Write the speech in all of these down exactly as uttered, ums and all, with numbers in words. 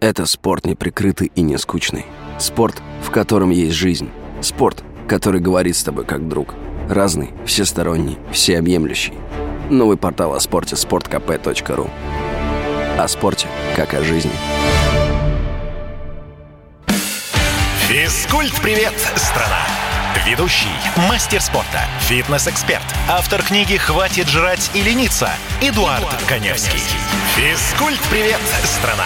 Это спорт неприкрытый и не скучный. Спорт, в котором есть жизнь. Спорт, который говорит с тобой как друг. Разный, всесторонний, всеобъемлющий. Новый портал о спорте – спорт кей пи точка ру. О спорте, как о жизни. Физкульт-привет, страна! Ведущий, мастер спорта, фитнес-эксперт, автор книги «Хватит жрать и лениться» Эдуард, Эдуард Коневский. Физкульт-привет, страна!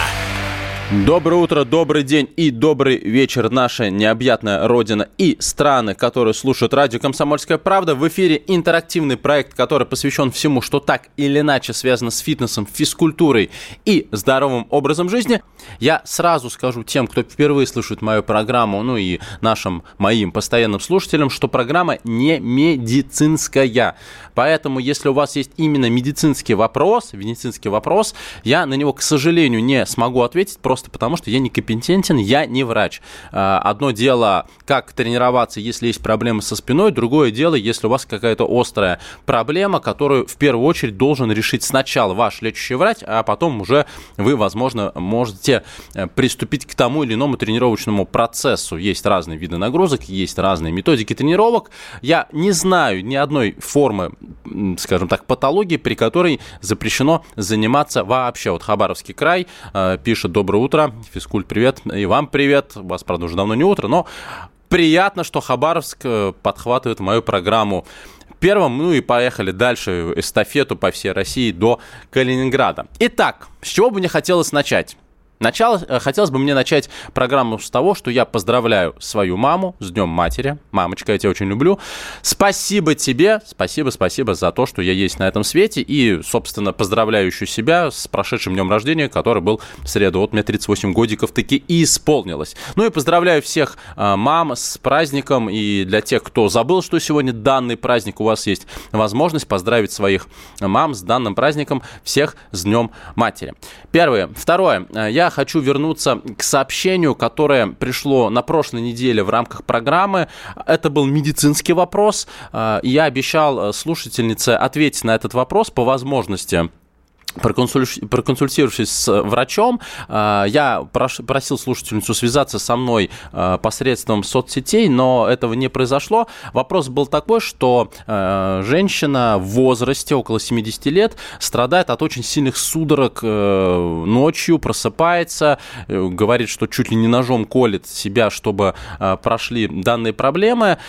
Доброе утро, добрый день и добрый вечер, наша необъятная родина и страны, которые слушают радио «Комсомольская правда». В эфире интерактивный проект, который посвящен всему, что так или иначе связано с фитнесом, физкультурой и здоровым образом жизни. Я сразу скажу тем, кто впервые слушает мою программу, ну и нашим, моим постоянным слушателям, что программа не медицинская. Поэтому, если у вас есть именно медицинский вопрос, медицинский вопрос, я на него, к сожалению, не смогу ответить, просто Просто потому, что я не компетентен, я не врач. Одно дело, как тренироваться, если есть проблемы со спиной, другое дело, если у вас какая-то острая проблема, которую в первую очередь должен решить сначала ваш лечащий врач, а потом уже вы, возможно, можете приступить к тому или иному тренировочному процессу. Есть разные виды нагрузок, есть разные методики тренировок. Я не знаю ни одной формы, скажем так, патологии, при которой запрещено заниматься вообще. Вот Хабаровский край пишет: «Доброе утро. Утро. Физкульт, привет. И вам привет. У вас, правда, уже давно не утро, но приятно, что Хабаровск подхватывает мою программу первым. Ну и поехали дальше эстафету по всей России до Калининграда. Итак, с чего бы мне хотелось начать? Начало, хотелось бы мне начать программу с того, что я поздравляю свою маму с Днем Матери. Мамочка, я тебя очень люблю. Спасибо тебе, спасибо, спасибо за то, что я есть на этом свете. И, собственно, поздравляю еще себя с прошедшим днем рождения, который был в среду. Вот мне тридцать восемь годиков таки и исполнилось. Ну и поздравляю всех э, мам с праздником. И для тех, кто забыл, что сегодня данный праздник, у вас есть возможность поздравить своих мам с данным праздником. Всех с Днем Матери. Первое. Второе. Я хочу вернуться к сообщению, которое пришло на прошлой неделе в рамках программы. Это был медицинский вопрос. Я обещал слушательнице ответить на этот вопрос по возможности. Проконсультировавшись с врачом, я просил слушательницу связаться со мной посредством соцсетей, но этого не произошло. Вопрос был такой, что женщина в возрасте около семидесяти лет страдает от очень сильных судорог ночью, просыпается, говорит, что чуть ли не ножом колет себя, чтобы прошли данные проблемы.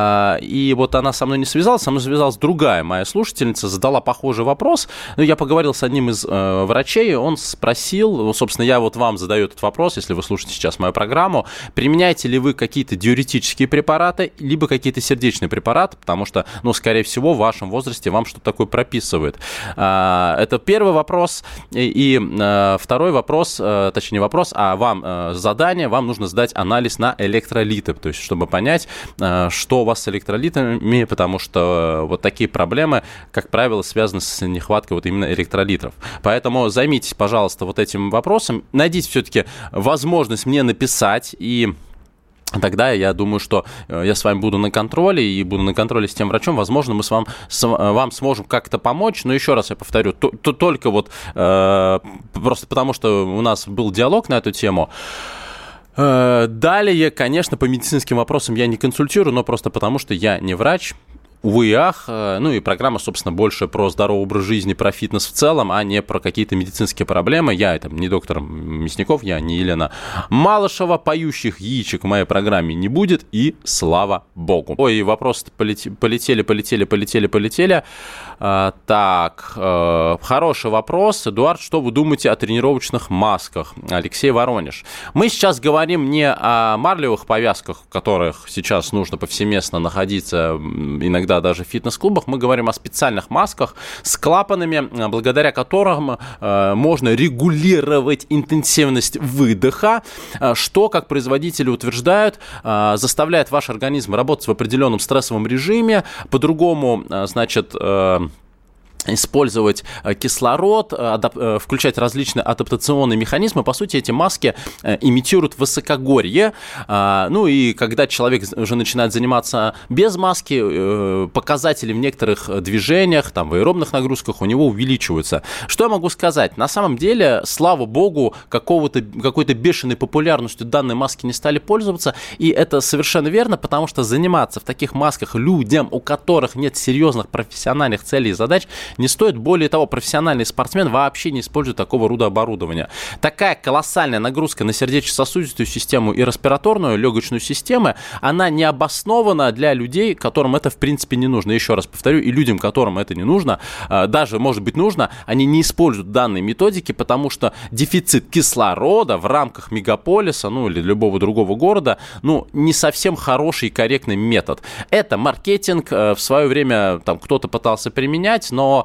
И вот она со мной не связалась, со мной связалась другая моя слушательница, задала похожий вопрос. Но я поговорил с одним из э, врачей, он спросил, собственно, я вот вам задаю этот вопрос, если вы слушаете сейчас мою программу, применяете ли вы какие-то диуретические препараты, либо какие-то сердечные препараты, потому что, ну, скорее всего, в вашем возрасте вам что-то такое прописывают. Э, это первый вопрос. И, и э, второй вопрос, э, точнее вопрос, а вам э, задание, вам нужно сдать анализ на электролиты, то есть, чтобы понять, э, что у вас с электролитами, потому что вот такие проблемы, как правило, связаны с нехваткой вот именно электролитов. Поэтому займитесь, пожалуйста, вот этим вопросом. Найдите все-таки возможность мне написать, и тогда я думаю, что я с вами буду на контроле и буду на контроле с тем врачом. Возможно, мы с вам, с, вам сможем как-то помочь. Но еще раз я повторю, то, то, только вот э, просто потому, что у нас был диалог на эту тему. Э, далее, конечно, по медицинским вопросам я не консультирую, но просто потому, что я не врач. Увы и ах, ну и программа, собственно, больше про здоровый образ жизни, про фитнес в целом, а не про какие-то медицинские проблемы. Я там не доктор Мясников, я не Елена Малышева, поющих яичек в моей программе не будет, и слава богу. Ой, вопросы полетели, полетели, полетели, полетели, полетели. А, так, э, хороший вопрос. Эдуард, что вы думаете о тренировочных масках? Алексей Воронеж. Мы сейчас говорим не о марлевых повязках, в которых сейчас нужно повсеместно находиться, иногда даже в фитнес-клубах. Мы говорим о специальных масках с клапанами, благодаря которым э, можно регулировать интенсивность выдоха, э, что, как производители утверждают, э, заставляет ваш организм работать в определенном стрессовом режиме, по-другому, э, значит, э, использовать кислород, адап- включать различные адаптационные механизмы. По сути, эти маски имитируют высокогорье. Ну и когда человек уже начинает заниматься без маски, показатели в некоторых движениях, там, в аэробных нагрузках у него увеличиваются. Что я могу сказать? На самом деле, слава богу, какого-то, какой-то бешеной популярностью данные маски не стали пользоваться. И это совершенно верно, потому что заниматься в таких масках людям, у которых нет серьезных профессиональных целей и задач, не стоит. Более того, профессиональный спортсмен вообще не использует такого рода оборудования. Такая колоссальная нагрузка на сердечно-сосудистую систему и респираторную, легочную систему, она не обоснована для людей, которым это в принципе не нужно. Еще раз повторю, и людям, которым это не нужно, даже, может быть, нужно, они не используют данные методики, потому что дефицит кислорода в рамках мегаполиса, ну или любого другого города, ну, не совсем хороший и корректный метод. Это маркетинг, в свое время там кто-то пытался применять, но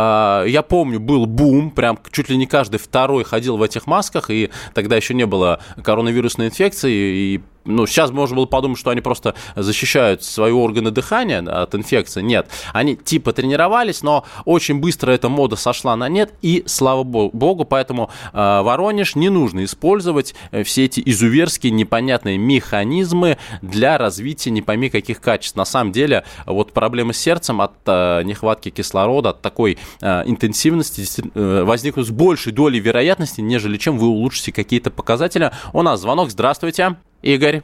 я помню, был бум, прям чуть ли не каждый второй ходил в этих масках, и тогда еще не было коронавирусной инфекции, и ну, сейчас можно было подумать, что они просто защищают свои органы дыхания от инфекции. Нет, они типа тренировались, но очень быстро эта мода сошла на нет, и слава богу, поэтому э, Воронеж не нужно использовать все эти изуверские непонятные механизмы для развития не пойми каких качеств. На самом деле, вот проблемы с сердцем от э, нехватки кислорода, от такой э, интенсивности э, возникнут с большей долей вероятности, нежели чем вы улучшите какие-то показатели. У нас звонок. Здравствуйте. Игорь.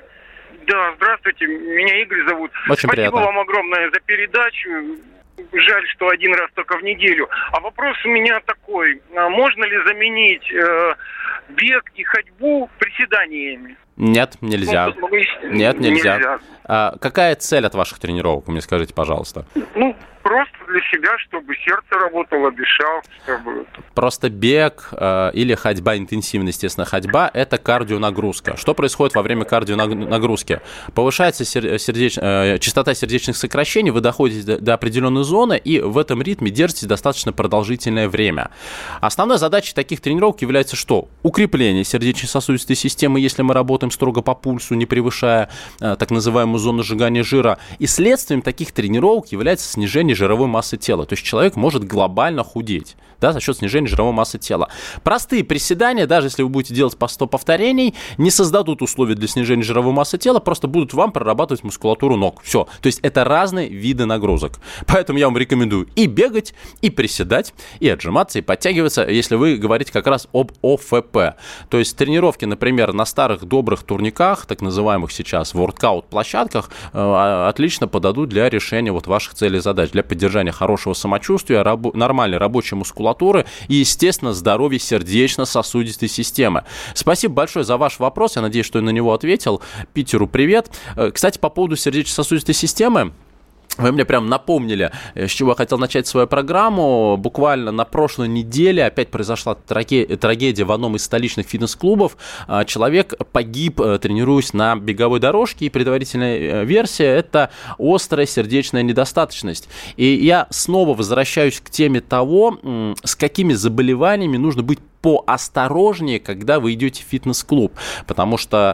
Да, здравствуйте, меня Игорь зовут. Очень Спасибо приятно. вам огромное за передачу. Жаль, что один раз только в неделю. А вопрос у меня такой. Можно ли заменить э, бег и ходьбу приседаниями? Нет, нельзя. Ну, Нет, нельзя. нельзя. А какая цель от ваших тренировок, вы мне скажите, пожалуйста? Ну, просто для себя, чтобы сердце работало, дышал, чтобы... Просто бег э, или ходьба, интенсивная, естественно, ходьба – это кардионагрузка. Что происходит во время кардионагрузки? Повышается сердеч... э, частота сердечных сокращений, вы доходите до, до определенной зоны, и в этом ритме держитесь достаточно продолжительное время. Основной задачей таких тренировок является что? Укрепление сердечно-сосудистой системы, если мы работаем строго по пульсу, не превышая э, так называемую зону сжигания жира. И следствием таких тренировок является снижение жировой массы тела. То есть человек может глобально худеть, да, за счет снижения жировой массы тела. Простые приседания, даже если вы будете делать по сто повторений, не создадут условий для снижения жировой массы тела, просто будут вам прорабатывать мускулатуру ног. Все. То есть это разные виды нагрузок. Поэтому я вам рекомендую и бегать, и приседать, и отжиматься, и подтягиваться, если вы говорите как раз об о эф пэ. То есть тренировки, например, на старых добрых турниках, так называемых сейчас воркаут-площадках, отлично подадут для решения вот ваших целей и задач, для поддержания хорошего самочувствия, рабо- нормальной рабочей мускулатуры и, естественно, здоровья сердечно-сосудистой системы. Спасибо большое за ваш вопрос. Я надеюсь, что я на него ответил. Питеру привет. Кстати, по поводу сердечно-сосудистой системы, вы мне прям напомнили, с чего я хотел начать свою программу. Буквально на прошлой неделе опять произошла трагедия в одном из столичных фитнес-клубов. Человек погиб, тренируясь на беговой дорожке, и предварительная версия – это острая сердечная недостаточность. И я снова возвращаюсь к теме того, с какими заболеваниями нужно быть поосторожнее, когда вы идете в фитнес-клуб, потому что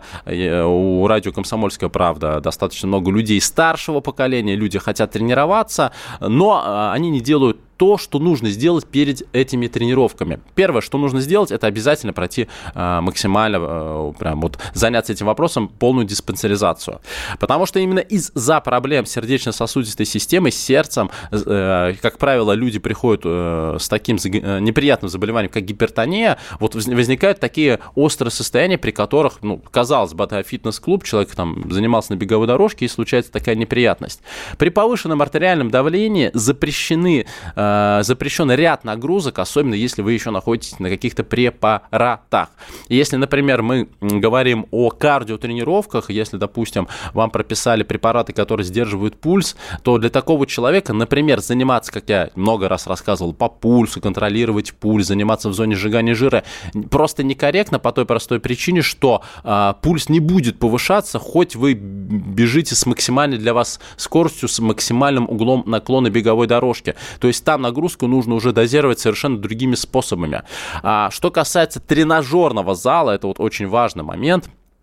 у радио «Комсомольская правда» достаточно много людей старшего поколения, люди хотят тренироваться, но они не делают то, что нужно сделать перед этими тренировками. Первое, что нужно сделать, это обязательно пройти э, максимально, э, прям вот заняться этим вопросом, полную диспансеризацию. Потому что именно из-за проблем сердечно-сосудистой системы, с сердцем, э, как правило, люди приходят э, с таким э, неприятным заболеванием, как гипертония, вот возникают такие острые состояния, при которых, ну, казалось бы, это фитнес-клуб, человек там занимался на беговой дорожке, и случается такая неприятность. При повышенном артериальном давлении запрещены э, запрещен ряд нагрузок, особенно если вы еще находитесь на каких-то препаратах. Если, например, мы говорим о кардиотренировках, если, допустим, вам прописали препараты, которые сдерживают пульс, то для такого человека, например, заниматься, как я много раз рассказывал, по пульсу, контролировать пульс, заниматься в зоне сжигания жира, просто некорректно по той простой причине, что э, пульс не будет повышаться, хоть вы бежите с максимальной для вас скоростью, с максимальным углом наклона беговой дорожки. То есть там нагрузку нужно уже дозировать совершенно другими способами. А что касается тренажерного зала, это вот очень важный момент.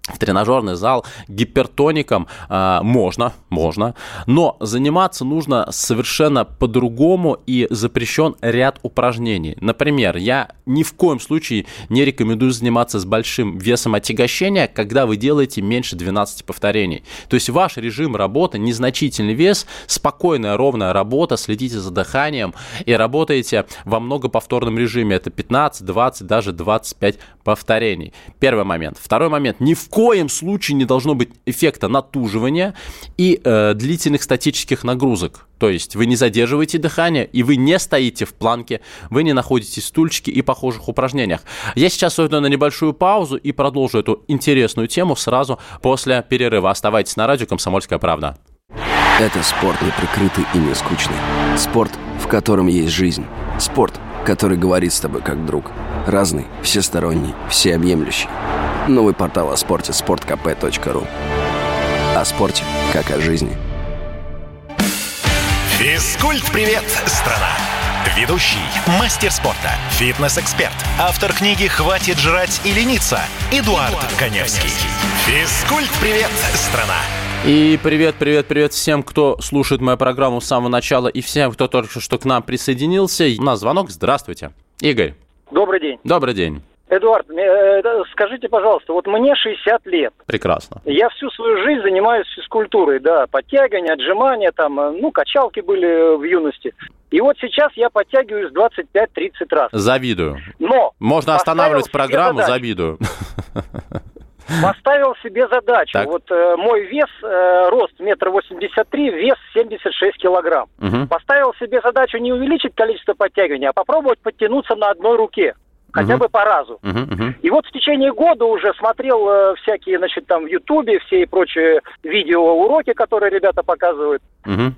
в тренажерный зал гипертоником э, можно, можно, но заниматься нужно совершенно по-другому и запрещен ряд упражнений. Например, я ни в коем случае не рекомендую заниматься с большим весом отягощения, когда вы делаете меньше двенадцати повторений. То есть ваш режим работы, незначительный вес, спокойная, ровная работа, следите за дыханием и работаете во многоповторном режиме. Это пятнадцать, двадцать, даже двадцать пять повторений. Первый момент. Второй момент. Ни в В коем случае не должно быть эффекта натуживания и э, длительных статических нагрузок. То есть вы не задерживаете дыхание, и вы не стоите в планке, вы не находитесь в стульчике и похожих упражнениях. Я сейчас уйду на небольшую паузу и продолжу эту интересную тему сразу после перерыва. Оставайтесь на радио «Комсомольская правда». Это спорт неприкрытый и не скучный. Спорт, в котором есть жизнь. Спорт, который говорит с тобой как друг. Разный, всесторонний, всеобъемлющий. Новый портал о спорте – спорт ка пэ точка ру. О спорте, как о жизни. Физкульт-привет, страна! Ведущий, мастер спорта, фитнес-эксперт, автор книги «Хватит жрать и лениться» Эдуард, Эдуард Коневский. Физкульт-привет, страна! И привет, привет, привет всем, кто слушает мою программу с самого начала, и всем, кто только что к нам присоединился. У нас звонок. Здравствуйте. Игорь. Добрый день. Добрый день. Эдуард, скажите, пожалуйста, вот мне шестьдесят лет. Прекрасно. Я всю свою жизнь занимаюсь физкультурой, да, подтягивания, отжимания, там, ну, качалки были в юности. И вот сейчас я подтягиваюсь двадцать пять тридцать раз. Завидую. Но можно останавливать программу, завидую. Поставил себе задачу. Так. Вот э, мой вес, э, рост метр восемьдесят три, вес семьдесят шесть килограмм. Угу. Поставил себе задачу не увеличить количество подтягиваний, а попробовать подтянуться на одной руке. Хотя uh-huh. бы по разу. Uh-huh, uh-huh. И вот в течение года уже смотрел э, всякие, значит, там в Ютубе, все и прочие видеоуроки, которые ребята показывают. Uh-huh.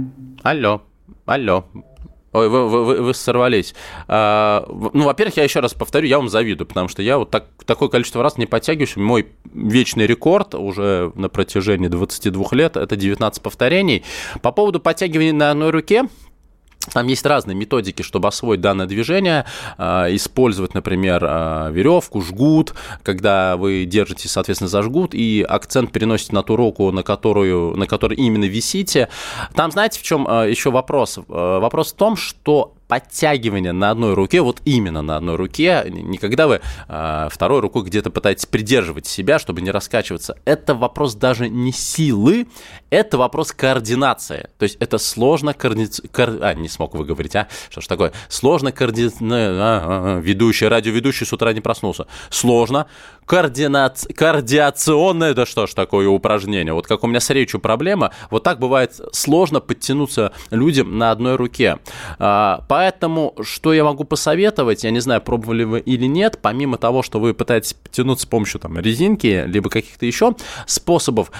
Алло, алло. Ой, вы, вы, вы сорвались. А, ну, во-первых, я еще раз повторю, я вам завидую, потому что я вот так, такое количество раз не подтягиваюсь. Мой вечный рекорд уже на протяжении двадцати двух лет – это девятнадцать повторений. По поводу подтягивания на одной руке, там есть разные методики, чтобы освоить данное движение. Использовать, например, веревку, жгут, когда вы держите, соответственно, за жгут, и акцент переносите на ту руку, на которую, на которой именно висите. Там, знаете, в чем еще вопрос? Вопрос в том, что подтягивание на одной руке, вот именно на одной руке, не когда вы э, второй рукой где-то пытаетесь придерживать себя, чтобы не раскачиваться, это вопрос даже не силы, это вопрос координации. То есть это сложно координация... Кор... А, не смог выговорить, а? Что ж такое? Сложно координация... А, а, ведущий, радиоведущий с утра не проснулся. Сложно координа... координационное, да что ж такое упражнение. Вот как у меня с речью проблема, вот так бывает сложно подтянуться людям на одной руке. А, Поэтому, что я могу посоветовать, я не знаю, пробовали вы или нет, помимо того, что вы пытаетесь потянуться с помощью там, резинки, либо каких-то еще способов,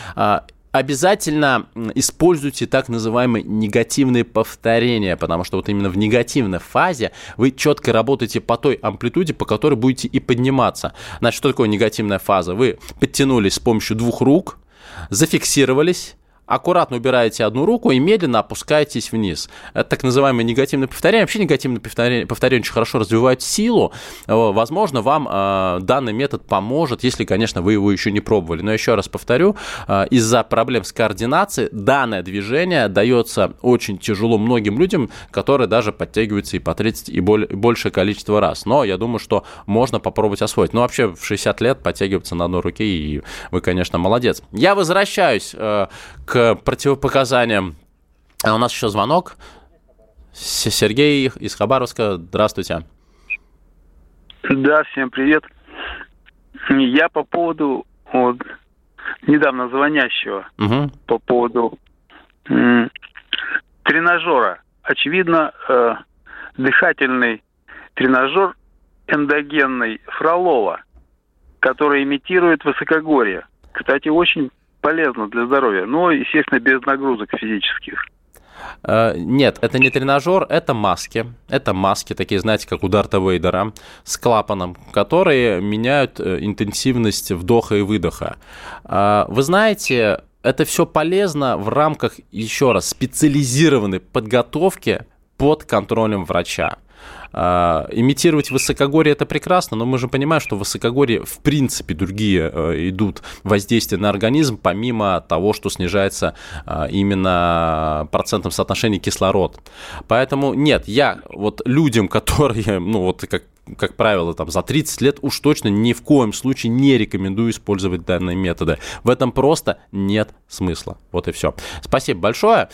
обязательно используйте так называемые негативные повторения, потому что вот именно в негативной фазе вы четко работаете по той амплитуде, по которой будете и подниматься. Значит, что такое негативная фаза? Вы подтянулись с помощью двух рук, зафиксировались, аккуратно убираете одну руку и медленно опускаетесь вниз. Это так называемое негативное повторение. Вообще негативное повторение, повторение очень хорошо развивает силу. Возможно, вам э, данный метод поможет, если, конечно, вы его еще не пробовали. Но еще раз повторю, э, из-за проблем с координацией данное движение дается очень тяжело многим людям, которые даже подтягиваются и по тридцать, и более, большее количество раз. Но я думаю, что можно попробовать освоить. Ну, вообще, в шестьдесят лет подтягиваться на одной руке, и вы, конечно, молодец. Я возвращаюсь э, к противопоказаниям. А у нас еще звонок. Сергей из Хабаровска. Здравствуйте. Да, всем привет. Я по поводу вот, недавно звонящего, угу. по поводу м- тренажера. Очевидно, э, дыхательный тренажер эндогенный Фролова, который имитирует высокогорье. Кстати, очень полезно для здоровья, но, естественно, без нагрузок физических. Нет, это не тренажер, это маски. Это маски, такие, знаете, как у Дарта Вейдера, с клапаном, которые меняют интенсивность вдоха и выдоха. Вы знаете, это все полезно в рамках, еще раз, специализированной подготовки под контролем врача. Uh, имитировать высокогорье — это прекрасно, но мы же понимаем, что в высокогорье в принципе другие uh, идут воздействия на организм, помимо того, что снижается uh, именно процентом соотношения кислород. Поэтому нет, я вот людям, которые, ну вот как как правило, там, за тридцать лет уж точно ни в коем случае не рекомендую использовать данные методы. В этом просто нет смысла. Вот и все. Спасибо большое.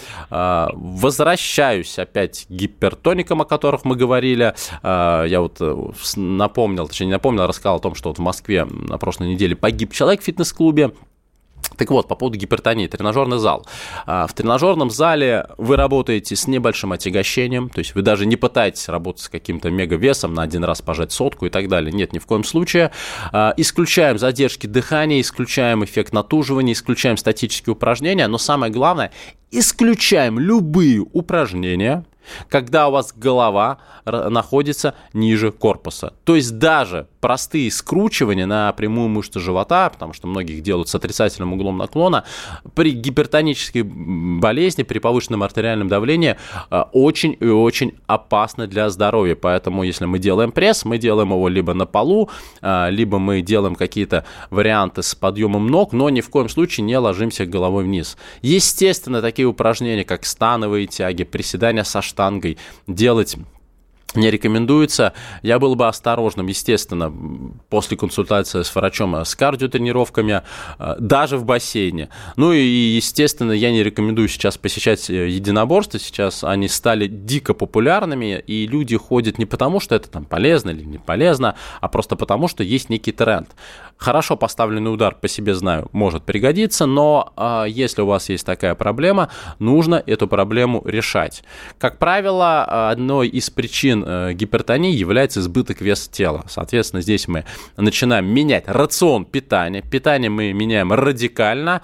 Возвращаюсь опять к гипертоникам, о которых мы говорили. Я вот напомнил, точнее не напомнил, а рассказал о том, что вот в Москве на прошлой неделе погиб человек в фитнес-клубе. Так вот, по поводу гипертонии, тренажерный зал. В тренажерном зале вы работаете с небольшим отягощением, то есть вы даже не пытаетесь работать с каким-то мегавесом, на один раз пожать сотку и так далее. Нет, ни в коем случае. Исключаем задержки дыхания, исключаем эффект натуживания, исключаем статические упражнения, но самое главное, исключаем любые упражнения, когда у вас голова находится ниже корпуса. То есть даже простые скручивания на прямую мышцу живота, потому что многих делают с отрицательным углом наклона, при гипертонической болезни, при повышенном артериальном давлении очень и очень опасно для здоровья. Поэтому если мы делаем пресс, мы делаем его либо на полу, либо мы делаем какие-то варианты с подъемом ног, но ни в коем случае не ложимся головой вниз. Естественно, такие упражнения, как становые тяги, приседания со штангой, делать не рекомендуется. Я был бы осторожным, естественно, после консультации с врачом с кардиотренировками, даже в бассейне. Ну и, естественно, я не рекомендую сейчас посещать единоборства. Сейчас они стали дико популярными, и люди ходят не потому, что это там полезно или не полезно, а просто потому, что есть некий тренд. Хорошо поставленный удар, по себе знаю, может пригодиться, но э, если у вас есть такая проблема, нужно эту проблему решать. Как правило, одной из причин э, гипертонии является избыток веса тела. Соответственно, здесь мы начинаем менять рацион питания. Питание мы меняем радикально,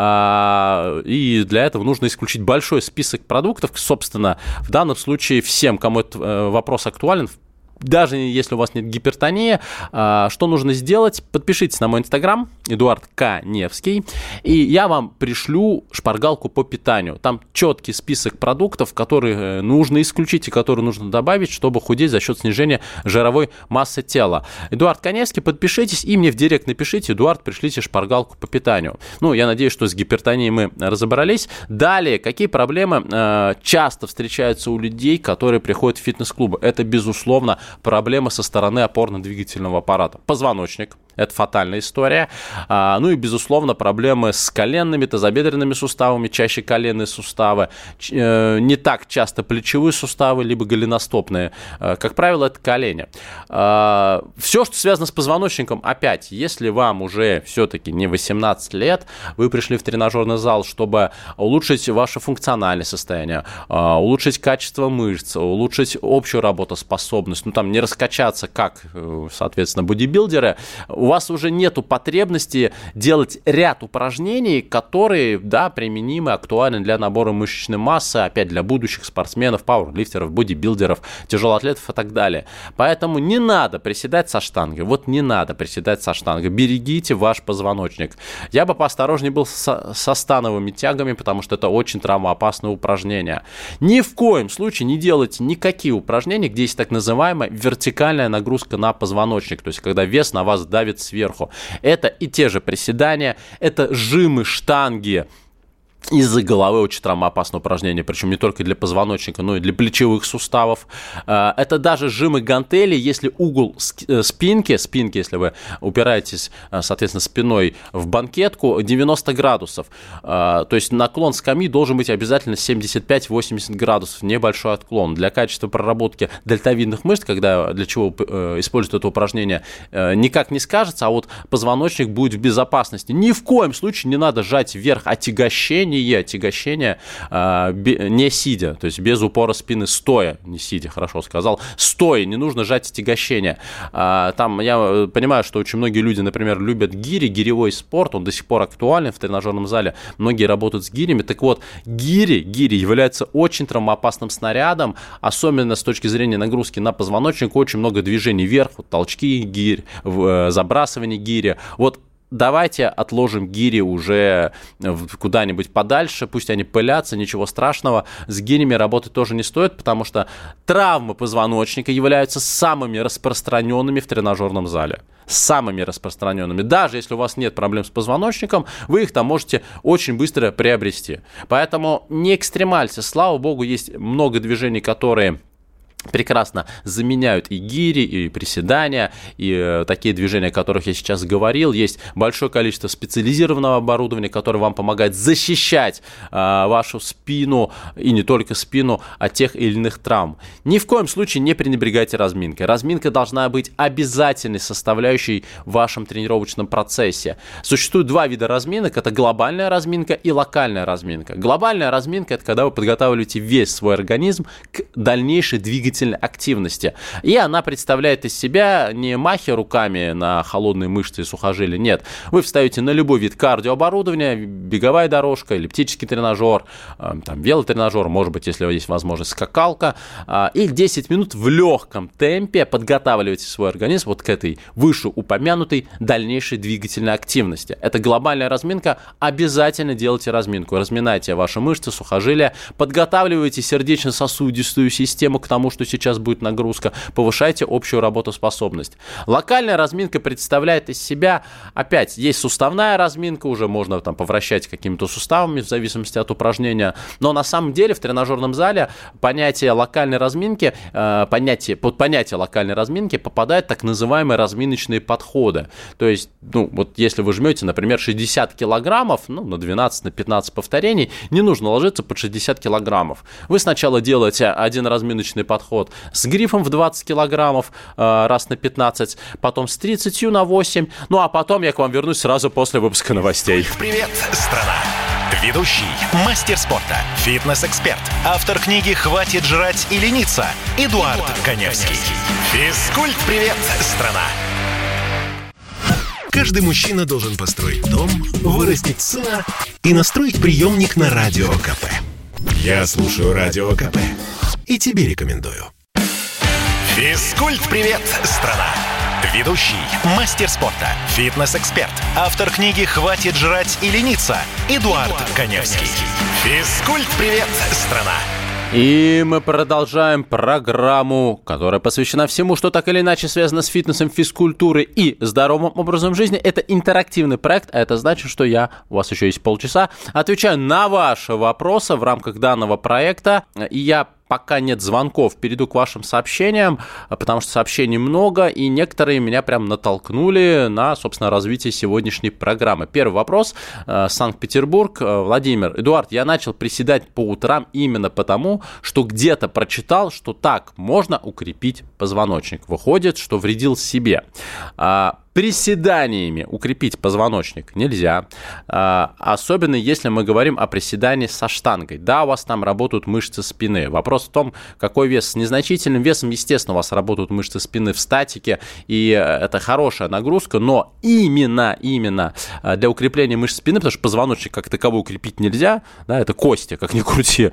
э, и для этого нужно исключить большой список продуктов. Собственно, в данном случае всем, кому этот э, вопрос актуален, даже если у вас нет гипертонии, что нужно сделать? Подпишитесь на мой инстаграм, Эдуард Каневский, и я вам пришлю шпаргалку по питанию. Там четкий список продуктов, которые нужно исключить и которые нужно добавить, чтобы худеть за счет снижения жировой массы тела. Эдуард Каневский, подпишитесь и мне в директ напишите: Эдуард, пришлите шпаргалку по питанию. Ну, я надеюсь, что с гипертонией мы разобрались. Далее, какие проблемы э, часто встречаются у людей, которые приходят в фитнес-клубы? Это, безусловно, проблемы со стороны опорно-двигательного аппарата. Позвоночник. Это фатальная история. А, ну и, безусловно, проблемы с коленными, тазобедренными суставами, чаще коленные суставы, ч, э, не так часто плечевые суставы, либо голеностопные. Э, как правило, это колени. Э, все, что связано с позвоночником, опять, если вам уже все-таки не восемнадцать лет, вы пришли в тренажерный зал, чтобы улучшить ваше функциональное состояние, э, улучшить качество мышц, улучшить общую работоспособность, ну там не раскачаться, как, соответственно, бодибилдеры, у вас уже нету потребности делать ряд упражнений, которые, да, применимы, актуальны для набора мышечной массы, опять для будущих спортсменов, пауэрлифтеров, бодибилдеров, тяжелоатлетов и так далее. Поэтому не надо приседать со штангой. Вот не надо приседать со штангой. Берегите ваш позвоночник. Я бы поосторожнее был со, со становыми тягами, потому что это очень травмоопасное упражнение. Ни в коем случае не делайте никакие упражнения, где есть так называемая вертикальная нагрузка на позвоночник, то есть когда вес на вас давит сверху. Это и те же приседания, это жимы штанги из-за головы, очень травмоопасное упражнение, причем не только для позвоночника, но и для плечевых суставов. Это даже жимы гантелей, если угол спинки, спинки, если вы упираетесь, соответственно, спиной в банкетку, девяносто градусов. То есть наклон скамьи должен быть обязательно семьдесят пять - восемьдесят градусов, небольшой отклон. Для качества проработки дельтовидных мышц, когда для чего используют это упражнение, никак не скажется, а вот позвоночник будет в безопасности. Ни в коем случае не надо сжать вверх отягощение, отягощение э, не сидя, то есть без упора спины, стоя, не сидя, хорошо сказал, стоя, не нужно сжать отягощение. Э, там я понимаю, что очень многие люди, например, любят гири, гиревой спорт, он до сих пор актуален в тренажерном зале, многие работают с гирями, так вот, гири, гири являются очень травмоопасным снарядом, особенно с точки зрения нагрузки на позвоночник, очень много движений вверх, вот, толчки гирь, забрасывание гири, вот. давайте отложим гири уже куда-нибудь подальше, пусть они пылятся, ничего страшного. С гирями работать тоже не стоит, потому что травмы позвоночника являются самыми распространенными в тренажерном зале. Самыми распространенными. Даже если у вас нет проблем с позвоночником, вы их там можете очень быстро приобрести. Поэтому не экстремальте. Слава богу, есть много движений, которые прекрасно заменяют и гири, и приседания, и э, такие движения, о которых я сейчас говорил. Есть большое количество специализированного оборудования, которое вам помогает защищать э, вашу спину, и не только спину, от тех или иных травм. Ни в коем случае не пренебрегайте разминкой. Разминка должна быть обязательной составляющей в вашем тренировочном процессе. Существует два вида разминок. Это глобальная разминка и локальная разминка. Глобальная разминка – это когда вы подготавливаете весь свой организм к дальнейшей двигательной активности. И она представляет из себя не махи руками на холодные мышцы и сухожилия. Нет. Вы встаете на любой вид кардиооборудования, беговая дорожка, эллиптический тренажер, там, велотренажер, может быть, если есть возможность, скакалка. И десять минут в легком темпе подготавливаете свой организм вот к этой вышеупомянутой дальнейшей двигательной активности. Это глобальная разминка. Обязательно делайте разминку. Разминайте ваши мышцы, сухожилия, подготавливайте сердечно-сосудистую систему к тому, что сейчас будет нагрузка, повышайте общую работоспособность. Локальная разминка представляет из себя, опять, есть суставная разминка, уже можно там повращать какими-то суставами в зависимости от упражнения, но на самом деле в тренажерном зале понятие локальной разминки, э, понятие, под понятие локальной разминки попадают так называемые разминочные подходы. То есть, ну, вот если вы жмете, например, шестьдесят килограммов, ну, на двенадцать-пятнадцать повторений, не нужно ложиться под шестьдесят килограммов. Вы сначала делаете один разминочный подход с грифом в двадцать килограммов э, раз на пятнадцать, потом с тридцатью на восемь, ну а потом я к вам вернусь сразу после выпуска новостей. Привет, страна! Ведущий, мастер спорта, фитнес-эксперт, автор книги «Хватит жрать и лениться» Эдуард, Эдуард Коневский. Физкульт-привет, страна! Каждый мужчина должен построить дом, вырастить сына и настроить приемник на Радио КП. Я слушаю Радио КП и тебе рекомендую. Физкульт-привет, страна! Ведущий, мастер спорта, фитнес-эксперт, автор книги «Хватит жрать и лениться» Эдуард, Эдуард Коневский. Физкульт-привет, страна! И мы продолжаем программу, которая посвящена всему, что так или иначе связано с фитнесом, физкультурой и здоровым образом жизни. Это интерактивный проект, а это значит, что я, у вас еще есть полчаса, отвечаю на ваши вопросы в рамках данного проекта. И я, пока нет звонков, перейду к вашим сообщениям, потому что сообщений много, и некоторые меня прям натолкнули на, собственно, развитие сегодняшней программы. Первый вопрос. Санкт-Петербург. Владимир. Эдуард, я начал приседать по утрам именно потому, что где-то прочитал, что так можно укрепить позвоночник. Выходит, что вредил себе. Приседаниями укрепить позвоночник нельзя, особенно если мы говорим о приседании со штангой. Да, у вас там работают мышцы спины. Вопрос в том, какой вес. С незначительным весом, естественно, у вас работают мышцы спины в статике, и это хорошая нагрузка, но именно, именно для укрепления мышц спины, потому что позвоночник как таковой укрепить нельзя, да, это кости, как ни крути,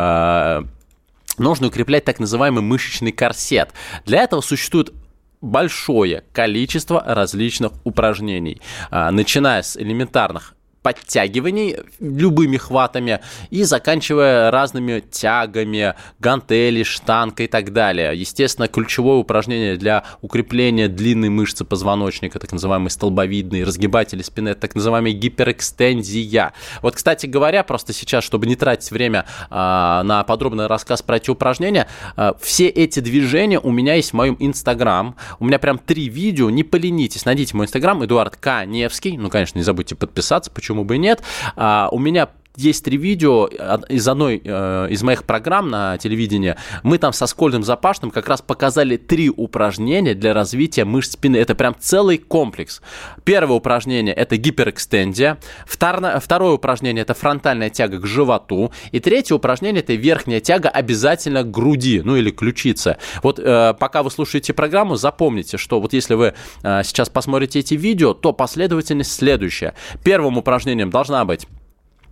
нужно укреплять так называемый мышечный корсет. Для этого существует большое количество различных упражнений, начиная с элементарных подтягиваний любыми хватами и заканчивая разными тягами, гантели, штанг и так далее. Естественно, ключевое упражнение для укрепления длинной мышцы позвоночника, так называемые столбовидные, разгибатели спины, так называемая гиперэкстензия. Вот, кстати говоря, просто сейчас, чтобы не тратить время а, на подробный рассказ про эти упражнения, а, все эти движения у меня есть в моем Инстаграм. У меня прям три видео, не поленитесь, найдите мой Инстаграм, Эдуард Коневский. Ну, конечно, не забудьте подписаться, почему Почему бы и нет. А, у меня есть три видео из одной э, из моих программ на телевидении. Мы там со Скольдом Запашным как раз показали три упражнения для развития мышц спины. Это прям целый комплекс. Первое упражнение – это гиперэкстензия. Второе, второе упражнение – это фронтальная тяга к животу. И третье упражнение – это верхняя тяга обязательно к груди, ну или ключице. Вот э, пока вы слушаете программу, запомните, что вот если вы э, сейчас посмотрите эти видео, то последовательность следующая. Первым упражнением должна быть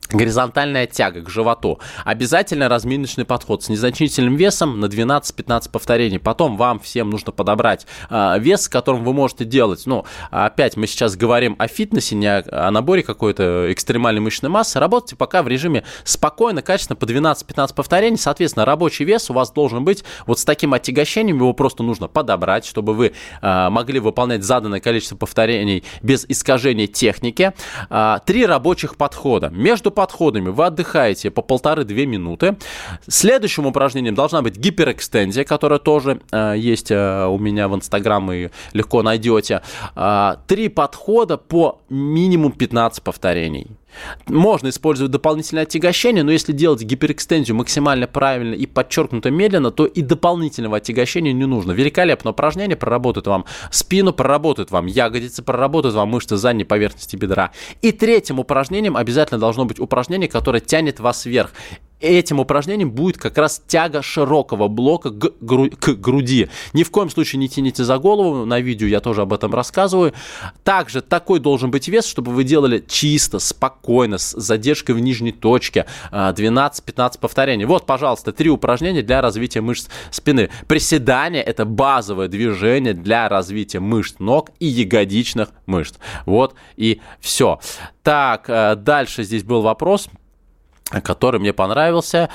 Горизонтальная тяга к животу. Обязательно разминочный подход с незначительным весом на двенадцать-пятнадцать повторений. Потом вам всем нужно подобрать э, вес, с которым вы можете делать. Ну, опять мы сейчас говорим о фитнесе, не о, о наборе какой-то экстремальной мышечной массы. Работайте пока в режиме спокойно, качественно, по двенадцать-пятнадцать повторений. Соответственно, рабочий вес у вас должен быть вот с таким отягощением. Его просто нужно подобрать, чтобы вы э, могли выполнять заданное количество повторений без искажения техники. Э, три рабочих подхода. Между подходами вы отдыхаете по полторы-две минуты. Следующим упражнением должна быть гиперэкстензия, которая тоже э, есть э, у меня в Инстаграм, и легко найдете. Э, три подхода по минимум пятнадцать повторений. Можно использовать дополнительное отягощение, но если делать гиперэкстензию максимально правильно и подчеркнуто медленно, то и дополнительного отягощения не нужно. Великолепное упражнение, проработает вам спину, проработает вам ягодицы, проработает вам мышцы задней поверхности бедра. И третьим упражнением обязательно должно быть упражнение, которое тянет вас вверх. Этим упражнением будет как раз тяга широкого блока к, гру- к груди. Ни в коем случае не тяните за голову, на видео я тоже об этом рассказываю. Также такой должен быть вес, чтобы вы делали чисто, спокойно, с задержкой в нижней точке, двенадцать-пятнадцать повторений. Вот, пожалуйста, три упражнения для развития мышц спины. Приседание – это базовое движение для развития мышц ног и ягодичных мышц. Вот и все. Так, дальше здесь был вопрос, который мне понравился.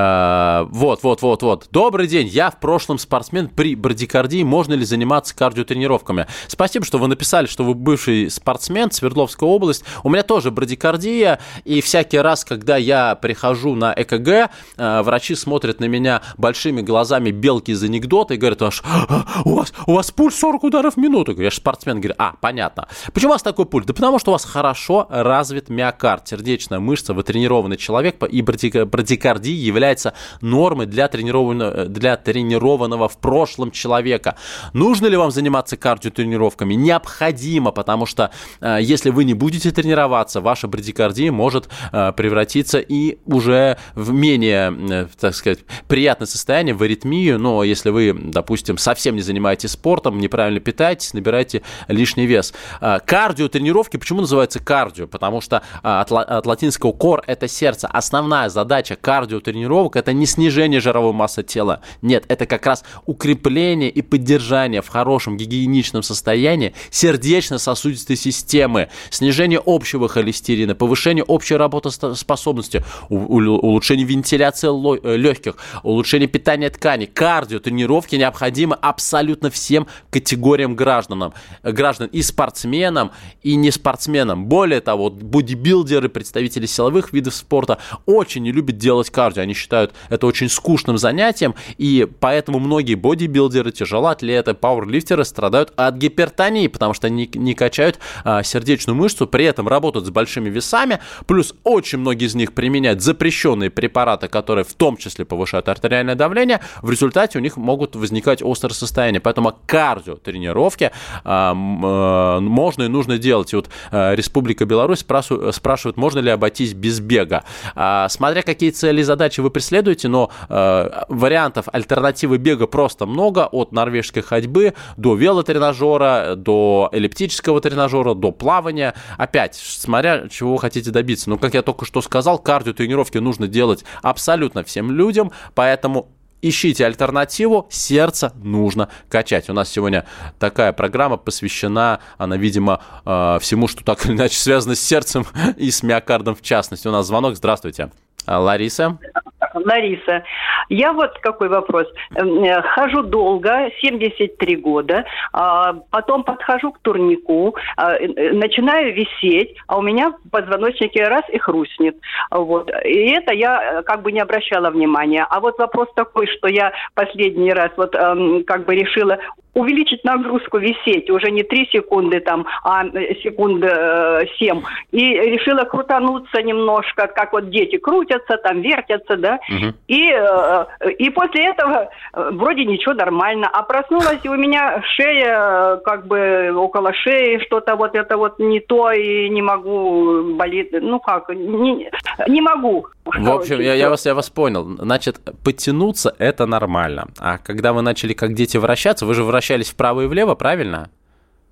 Вот, вот, вот, вот. Добрый день. Я в прошлом спортсмен при брадикардии. Можно ли заниматься кардиотренировками? Спасибо, что вы написали, что вы бывший спортсмен, Свердловская область. У меня тоже брадикардия, и всякий раз, когда я прихожу на ЭКГ, врачи смотрят на меня большими глазами белки из анекдота и говорят: аж, у вас, у вас пульс сорок ударов в минуту. Я же спортсмен. Говорю: а, понятно. Почему у вас такой пульс? Да потому что у вас хорошо развит миокард, сердечная мышца, вы тренированный человек, и брадикардия является нормой для тренированного, для тренированного в прошлом человека. Нужно ли вам заниматься кардиотренировками? Необходимо, потому что э, если вы не будете тренироваться, ваша брадикардия может э, превратиться и уже в менее, э, так сказать, приятное состояние, в аритмию. Но если вы, допустим, совсем не занимаетесь спортом, неправильно питаетесь, набираете лишний вес. Э, кардиотренировки, почему называются кардио? Потому что э, от, от латинского core – это сердце. Основная задача кардиотренировок – это не снижение жировой массы тела. Нет, это как раз укрепление и поддержание в хорошем гигиеничном состоянии сердечно-сосудистой системы, снижение общего холестерина, повышение общей работоспособности, улучшение вентиляции легких, улучшение питания тканей. Кардиотренировки необходимы абсолютно всем категориям граждан, граждан и спортсменам, и не спортсменам. Более того, бодибилдеры, представители силовых видов спорта очень не любят делать кардио. Они считают это очень скучным занятием, и поэтому многие бодибилдеры, тяжелоатлеты, пауэрлифтеры страдают от гипертонии, потому что они не качают а, сердечную мышцу, при этом работают с большими весами, плюс очень многие из них применяют запрещенные препараты, которые в том числе повышают артериальное давление. В результате у них могут возникать острые состояния. Поэтому кардиотренировки а, а, можно и нужно делать. И вот а, Республика Беларусь спрашивает, спрашивает, можно ли обойтись без бега. А, смотря какие цели и задачи вы преследуете, но а, вариантов альтернативы бега просто много, от норвежской ходьбы до велотренажера, до эллиптического тренажера, до плавания. Опять, смотря чего вы хотите добиться. Но, как я только что сказал, кардиотренировки нужно делать абсолютно всем людям, поэтому ищите альтернативу, сердце нужно качать. У нас сегодня такая программа посвящена, она, видимо, всему, что так или иначе связано с сердцем и с миокардом в частности. У нас звонок. Здравствуйте. Лариса. Лариса, я вот какой вопрос. Хожу долго, семьдесят три года, потом подхожу к турнику, начинаю висеть, а у меня в позвоночнике раз и хрустнет. Вот. И это я как бы не обращала внимания. А вот вопрос такой, что я последний раз вот как бы решила увеличить нагрузку, висеть уже не три секунды там, а секунд семь. И решила крутануться немножко, как вот дети крутятся, там вертятся, да. Угу. И, и после этого вроде ничего, нормально. А проснулась, и у меня шея, как бы около шеи, что-то вот это вот не то, и не могу, болит. Ну как, не, не могу. В общем, я, я, вас, я вас понял. Значит, подтянуться – это нормально. А когда вы начали как дети вращаться, вы же вращались вправо и влево, правильно?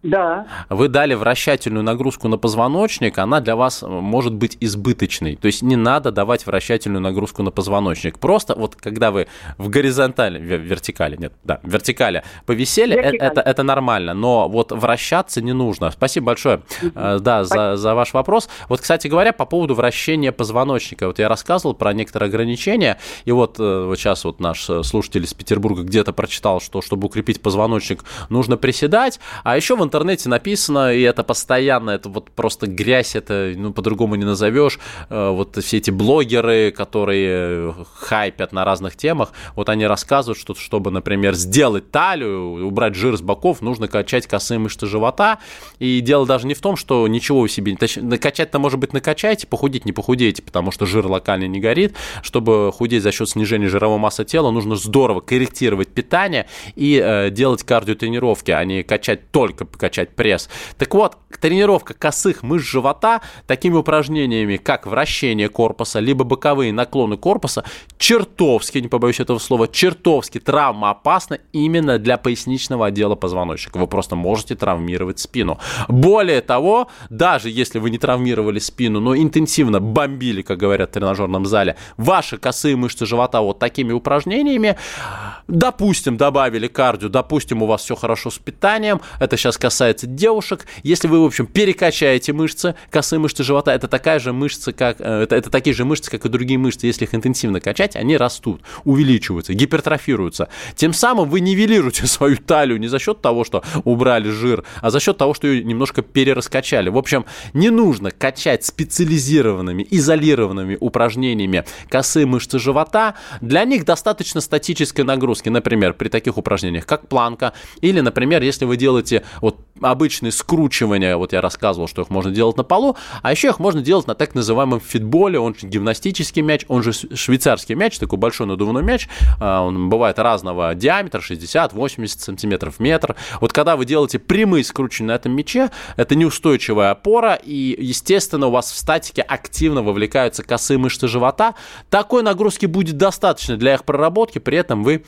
Да. Вы дали вращательную нагрузку на позвоночник, она для вас может быть избыточной. То есть не надо давать вращательную нагрузку на позвоночник. Просто вот когда вы в горизонтали, в вертикали, нет, да, в вертикали повисели, вертикали. Это, это нормально, но вот вращаться не нужно. Спасибо большое, mm-hmm. да, за, за ваш вопрос. Вот, кстати говоря, по поводу вращения позвоночника. Вот я рассказывал про некоторые ограничения, и вот, вот сейчас вот наш слушатель из Петербурга где-то прочитал, что чтобы укрепить позвоночник, нужно приседать, а еще в В интернете написано, и это постоянно, это вот просто грязь, это, ну, по-другому не назовешь, вот все эти блогеры, которые хайпят на разных темах, вот они рассказывают, что чтобы, например, сделать талию, убрать жир с боков, нужно качать косые мышцы живота, и дело даже не в том, что ничего вы себе, накачать-то, может быть, накачаете, похудеть не похудеете, потому что жир локально не горит, чтобы худеть за счет снижения жировой массы тела, нужно здорово корректировать питание и э, делать кардиотренировки, а не качать только качать пресс. Так вот, тренировка косых мышц живота такими упражнениями, как вращение корпуса, либо боковые наклоны корпуса, чертовски, не побоюсь этого слова, чертовски травмоопасна именно для поясничного отдела позвоночника. Вы просто можете травмировать спину. Более того, даже если вы не травмировали спину, но интенсивно бомбили, как говорят в тренажерном зале, ваши косые мышцы живота вот такими упражнениями, допустим, добавили кардио, допустим, у вас все хорошо с питанием, это сейчас касается девушек. Если вы, в общем, перекачаете мышцы, косые мышцы живота, это такая же мышца, как, это, это такие же мышцы, как и другие мышцы. Если их интенсивно качать, они растут, увеличиваются, гипертрофируются. Тем самым вы нивелируете свою талию не за счет того, что убрали жир, а за счет того, что ее немножко перераскачали. В общем, не нужно качать специализированными, изолированными упражнениями косые мышцы живота. Для них достаточно статической нагрузки. Например, при таких упражнениях, как планка, или, например, если вы делаете вот обычные скручивания, вот я рассказывал, что их можно делать на полу, а еще их можно делать на так называемом фитболе, он же гимнастический мяч, он же швейцарский мяч, такой большой надувной мяч, он бывает разного диаметра, шестьдесят-восемьдесят сантиметров, метр. Вот когда вы делаете прямые скручивания на этом мяче, это неустойчивая опора, и, естественно, у вас в статике активно вовлекаются косые мышцы живота. Такой нагрузки будет достаточно для их проработки, при этом вы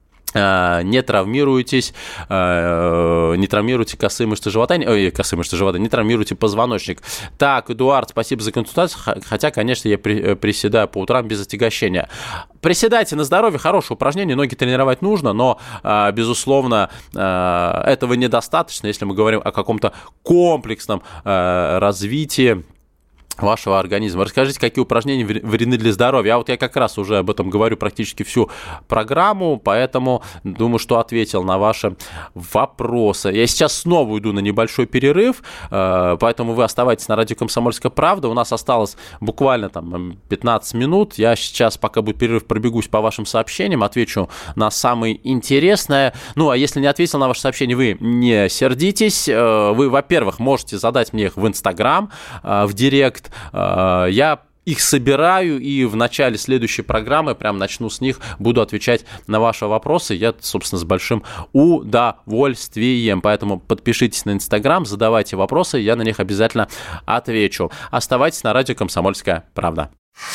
не травмируетесь, не травмируйте косые мышцы живота, ой, косые мышцы живота, не травмируйте позвоночник. Так, Эдуард, спасибо за консультацию, хотя, конечно, я приседаю по утрам без отягощения. Приседайте на здоровье, хорошее упражнение, ноги тренировать нужно, но, безусловно, этого недостаточно, если мы говорим о каком-то комплексном развитии вашего организма. Расскажите, какие упражнения вредны для здоровья. А вот я как раз уже об этом говорю практически всю программу, поэтому думаю, что ответил на ваши вопросы. Я сейчас снова уйду на небольшой перерыв, поэтому вы оставайтесь на радио «Комсомольская правда». У нас осталось буквально там пятнадцать минут. Я сейчас, пока будет перерыв, пробегусь по вашим сообщениям, отвечу на самые интересные. Ну, а если не ответил на ваши сообщения, вы не сердитесь. Вы, во-первых, можете задать мне их в Инстаграм, в Директ. Я их собираю, и в начале следующей программы, прям начну с них, буду отвечать на ваши вопросы. Я, собственно, с большим удовольствием. Поэтому подпишитесь на Инстаграм, задавайте вопросы, я на них обязательно отвечу. Оставайтесь на радио «Комсомольская правда».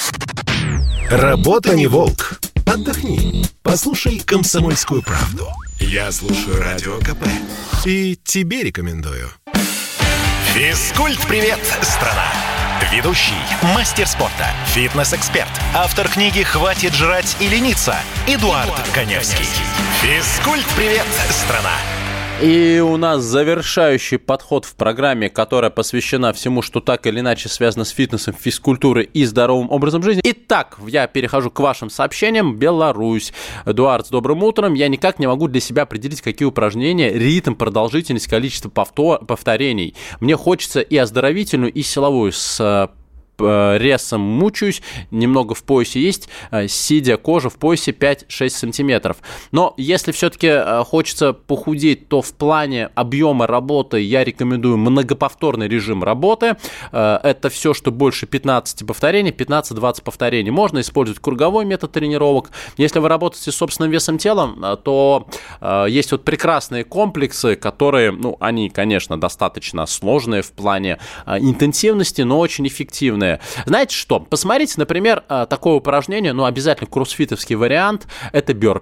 Работа не волк. Отдохни. Послушай «Комсомольскую правду». Я слушаю Радио КП. И тебе рекомендую. Физкульт-привет, страна! Ведущий, мастер спорта, фитнес-эксперт, автор книги «Хватит жрать и лениться» Эдуард, Эдуард Коневский. Физкульт-привет, страна! И у нас завершающий подход в программе, которая посвящена всему, что так или иначе связано с фитнесом, физкультурой и здоровым образом жизни. Итак, я перехожу к вашим сообщениям. Беларусь. Эдуард, с добрым утром. Я никак не могу для себя определить, какие упражнения, ритм, продолжительность, количество повторений. Мне хочется и оздоровительную, и силовую с рессом мучаюсь, немного в поясе есть, сидя кожа в поясе пять-шесть сантиметров. Но если все-таки хочется похудеть, то в плане объема работы я рекомендую многоповторный режим работы. Это все, что больше пятнадцать повторений, пятнадцать-двадцать повторений. Можно использовать круговой метод тренировок. Если вы работаете с собственным весом тела, то есть вот прекрасные комплексы, которые, ну, они, конечно, достаточно сложные в плане интенсивности, но очень эффективные. Знаете что? Посмотрите, например, такое упражнение, ну, обязательно кроссфитовский вариант, это бёрпи.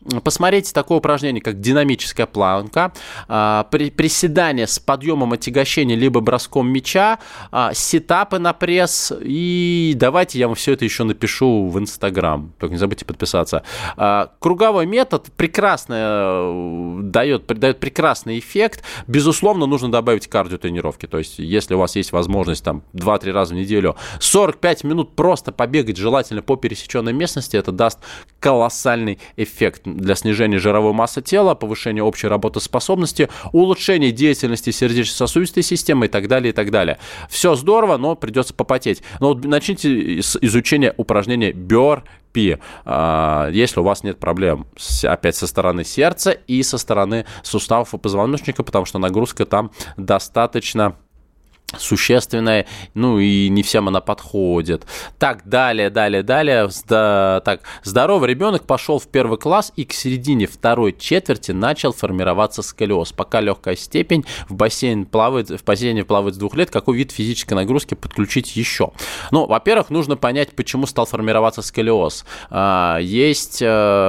посмотрите такое упражнение, как динамическая планка, приседание с подъемом отягощения либо броском мяча, сетапы на пресс, и давайте я вам все это еще напишу в Инстаграм, только не забудьте подписаться. Круговой метод прекрасно дает, дает прекрасный эффект. Безусловно, нужно добавить кардиотренировки, то есть если у вас есть возможность там два-три раза в неделю сорок пять минут просто побегать, желательно по пересеченной местности, это даст колоссальный эффект для снижения жировой массы тела, повышения общей работоспособности, улучшения деятельности сердечно-сосудистой системы и так далее, и так далее. Все здорово, но придется попотеть. Но вот начните с изучения упражнения бёрпи, если у вас нет проблем опять со стороны сердца и со стороны суставов и позвоночника, потому что нагрузка там достаточно существенная, ну и не всем она подходит. Так, далее, далее, далее. Да, так, здоровый ребенок пошел в первый класс и к середине второй четверти начал формироваться сколиоз. Пока легкая степень, в бассейн плавает, в бассейне плавает с двух лет, какой вид физической нагрузки подключить еще? Ну, во-первых, нужно понять, почему стал формироваться сколиоз. Есть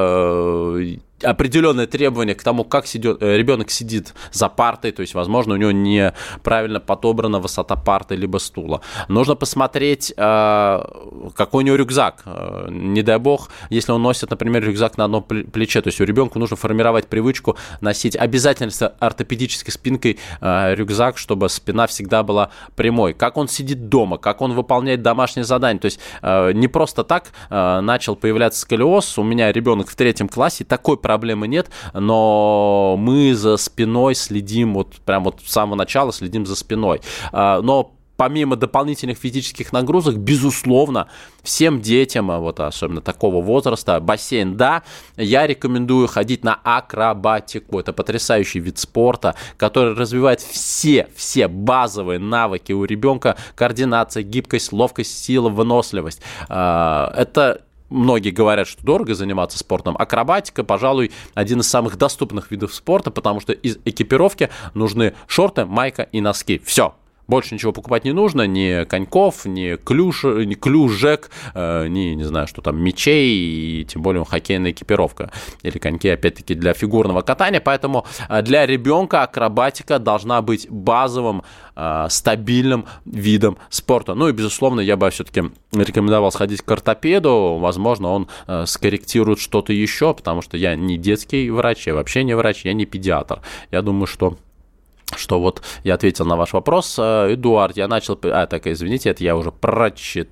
определенные требования к тому, как сидет, ребенок сидит за партой, то есть, возможно, у него неправильно подобрана высота парты либо стула. Нужно посмотреть, какой у него рюкзак. Не дай бог, если он носит, например, рюкзак на одном плече, то есть у ребенка нужно формировать привычку носить обязательно с ортопедической спинкой рюкзак, чтобы спина всегда была прямой. Как он сидит дома, как он выполняет домашние задания. То есть не просто так начал появляться сколиоз. У меня ребенок в третьем классе, такой проблемы нет, но мы за спиной следим, вот прям вот с самого начала следим за спиной. Но помимо дополнительных физических нагрузок, безусловно, всем детям, вот особенно такого возраста, бассейн, да, я рекомендую ходить на акробатику. Это потрясающий вид спорта, который развивает все, все базовые навыки у ребенка: координация, гибкость, ловкость, сила, выносливость. Это многие говорят, что дорого заниматься спортом. Акробатика, пожалуй, один из самых доступных видов спорта, потому что из экипировки нужны шорты, майка и носки. Все. Больше ничего покупать не нужно, ни коньков, ни, клюш, ни клюшек, э, ни, не знаю, что там, мячей, и тем более хоккейная экипировка. Или коньки, опять-таки, для фигурного катания. Поэтому для ребенка акробатика должна быть базовым, э, стабильным видом спорта. Ну и, безусловно, я бы все-таки рекомендовал сходить к ортопеду. Возможно, он э, скорректирует что-то еще, потому что я не детский врач, я вообще не врач, я не педиатр. Я думаю, что... Что вот я ответил на ваш вопрос, Эдуард, я начал... А, так, извините, это я уже прочитал.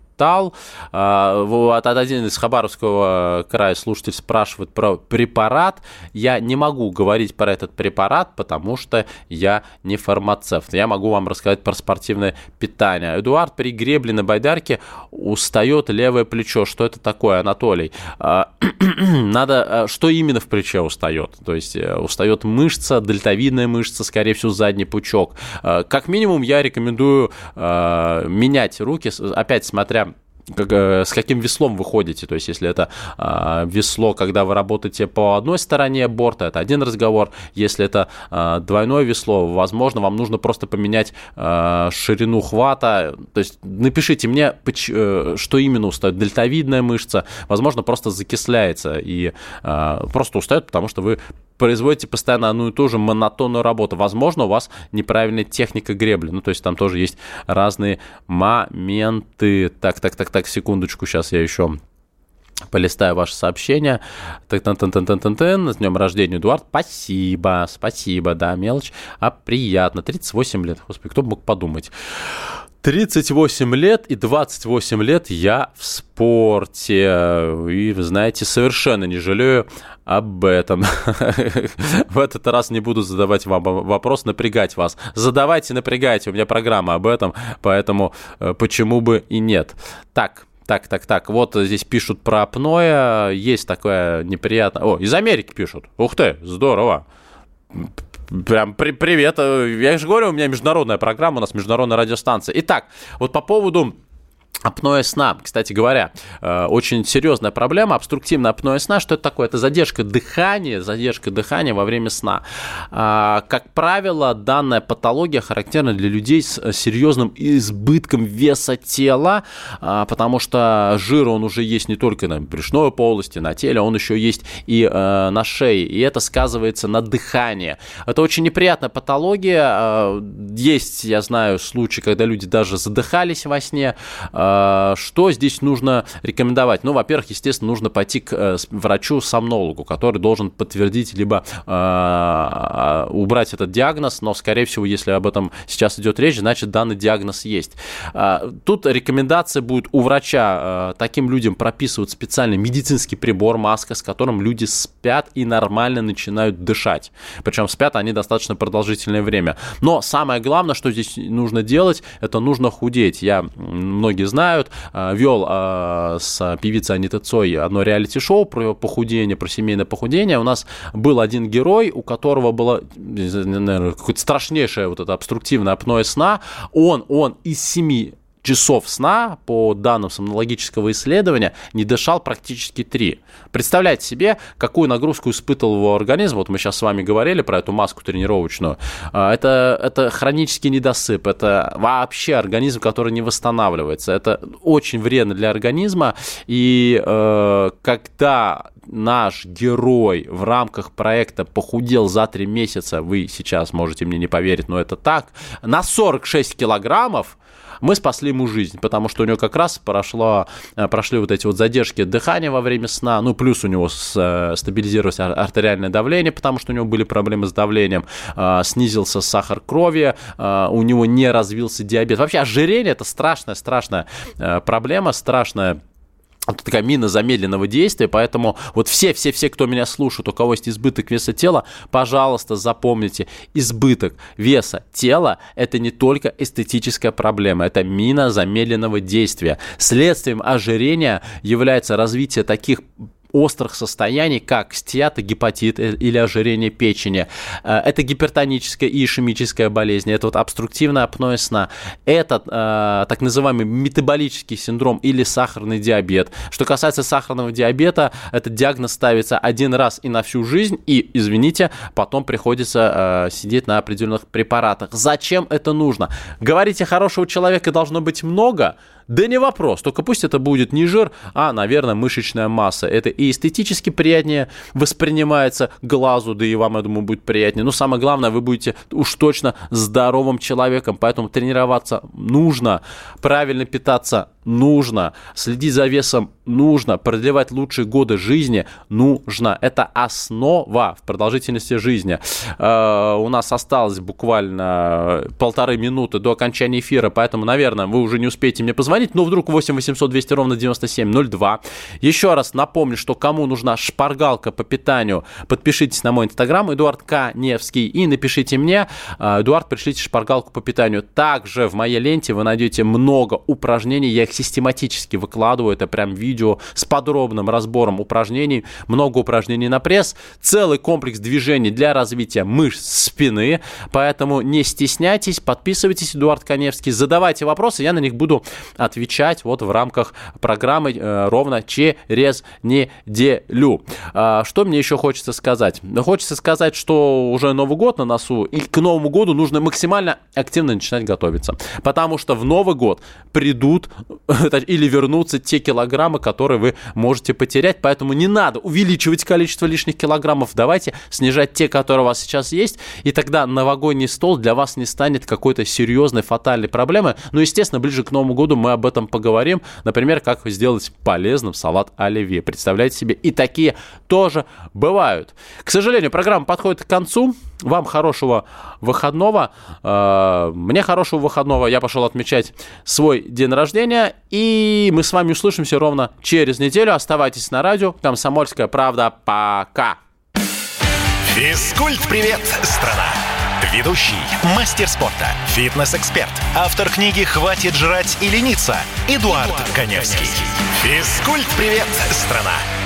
Вот один из Хабаровского края слушатель спрашивает про препарат. Я не могу говорить про этот препарат, потому что я не фармацевт. Я могу вам рассказать про спортивное питание. Эдуард, при гребле на байдарке устает левое плечо. Что это такое, Анатолий? Надо... Что именно в плече устает? То есть устает мышца, дельтовидная мышца, скорее всего, задний пучок. Как минимум, я рекомендую менять руки, опять смотря Как, с каким веслом вы ходите. То есть, если это э, весло, когда вы работаете по одной стороне борта, это один разговор. Если это э, двойное весло, возможно, вам нужно просто поменять э, ширину хвата. То есть, напишите мне, э, что именно устает. Дельтовидная мышца, возможно, просто закисляется и э, просто устает, потому что вы производите постоянно одну и ту же монотонную работу. Возможно, у вас неправильная техника гребли. Ну, то есть, там тоже есть разные моменты. Так, так, так, так, секундочку, сейчас я еще полистаю ваше сообщение. Тан-тан-тан-тан-тан-тан. С днем рождения, Эдуард. Спасибо, спасибо, да, мелочь, а приятно. тридцать восемь лет, господи, кто бы мог подумать. тридцать восемь лет и двадцать восемь лет я в спорте. И, вы знаете, совершенно не жалею об этом. В этот раз не буду задавать вам вопрос, напрягать вас. Задавайте, напрягайте, у меня программа об этом, поэтому почему бы и нет. Так, так, так, так, вот здесь пишут про апноэ, есть такое неприятное... О, из Америки пишут. Ух ты, здорово. Прям при, привет. Я же говорю, у меня международная программа, у нас международная радиостанция. Итак, вот по поводу Апноэ сна, кстати говоря, очень серьезная проблема, обструктивное апноэ сна. Что это такое? Это задержка дыхания, задержка дыхания во время сна. Как правило, данная патология характерна для людей с серьезным избытком веса тела, потому что жир, он уже есть не только на брюшной полости, на теле, он еще есть и на шее, и это сказывается на дыхании. Это очень неприятная патология. Есть, я знаю, случаи, когда люди даже задыхались во сне. Что здесь нужно рекомендовать? Ну, во-первых, естественно, нужно пойти к врачу-сомнологу, который должен подтвердить либо э, убрать этот диагноз, но, скорее всего, если об этом сейчас идет речь, значит, данный диагноз есть. Тут рекомендация будет у врача таким людям прописывать специальный медицинский прибор, маска, с которым люди спят и нормально начинают дышать. Причем спят они достаточно продолжительное время. Но самое главное, что здесь нужно делать, это нужно худеть. Я, многие знают, вел э, с певицей Анитой Цой одно реалити-шоу про похудение, про семейное похудение. У нас был один герой, у которого было, наверное, какое-то страшнейшее вот это обструктивное апноэ сна. Он, он из семи часов сна, по данным сомнологического исследования, не дышал практически три. Представляете себе, какую нагрузку испытывал его организм. Вот мы сейчас с вами говорили про эту маску тренировочную. Это, это хронический недосып, это вообще организм, который не восстанавливается. Это очень вредно для организма. И э, когда наш герой в рамках проекта похудел за три месяца, вы сейчас можете мне не поверить, но это так, на сорок шесть килограммов, мы спасли ему жизнь, потому что у него как раз прошло, прошли вот эти вот задержки дыхания во время сна, ну, плюс у него стабилизировалось артериальное давление, потому что у него были проблемы с давлением, снизился сахар крови, у него не развился диабет. Вообще ожирение – это страшная-страшная проблема, страшная. Это такая мина замедленного действия, поэтому вот все-все-все, кто меня слушает, у кого есть избыток веса тела, пожалуйста, запомните, избыток веса тела – это не только эстетическая проблема, это мина замедленного действия. Следствием ожирения является развитие таких острых состояний, как стеатогепатит или ожирение печени. Это гипертоническая и ишемическая болезнь, это вот обструктивное апноэ сна, это э, так называемый метаболический синдром или сахарный диабет. Что касается сахарного диабета, этот диагноз ставится один раз и на всю жизнь, и, извините, потом приходится э, сидеть на определенных препаратах. Зачем это нужно? Говорите, хорошего человека должно быть много? Да не вопрос, только пусть это будет не жир, а, наверное, мышечная масса. Это и эстетически приятнее воспринимается глазу, да и вам, я думаю, будет приятнее. Но самое главное, вы будете уж точно здоровым человеком, поэтому тренироваться нужно, правильно питаться нужно, следить за весом нужно, продлевать лучшие годы жизни нужно. Это основа в продолжительности жизни. Э, у нас осталось буквально полторы минуты до окончания эфира, поэтому, наверное, вы уже не успеете мне позвонить, но вдруг восемь восемьсот двести ровно девяносто семь ноль два. Еще раз напомню, что кому нужна шпаргалка по питанию, подпишитесь на мой инстаграм Эдуард К. Невский и напишите мне: Эдуард, пришлите шпаргалку по питанию. Также в моей ленте вы найдете много упражнений, я их систематически выкладываю, это прям видео с подробным разбором упражнений, много упражнений на пресс, целый комплекс движений для развития мышц спины, поэтому не стесняйтесь, подписывайтесь, Эдуард Каневский, задавайте вопросы, я на них буду отвечать вот в рамках программы э, ровно через неделю. А, что мне еще хочется сказать? Хочется сказать, что уже Новый год на носу, и к Новому году нужно максимально активно начинать готовиться, потому что в Новый год придут или вернутся те килограммы, которые вы можете потерять, поэтому не надо увеличивать количество лишних килограммов, давайте снижать те, которые у вас сейчас есть, и тогда новогодний стол для вас не станет какой-то серьезной, фатальной проблемой. Но, естественно, ближе к Новому году мы об этом поговорим, например, как сделать полезным салат оливье. Представляете себе, и такие тоже бывают. К сожалению, программа подходит к концу. Вам хорошего выходного, мне хорошего выходного. Я пошел отмечать свой день рождения, и мы с вами услышимся ровно через неделю. Оставайтесь на радио «Комсомольская правда». Пока! Физкульт-привет, страна! Ведущий, мастер спорта, фитнес-эксперт, автор книги «Хватит жрать и лениться» Эдуард Каневский. Физкульт-привет, страна!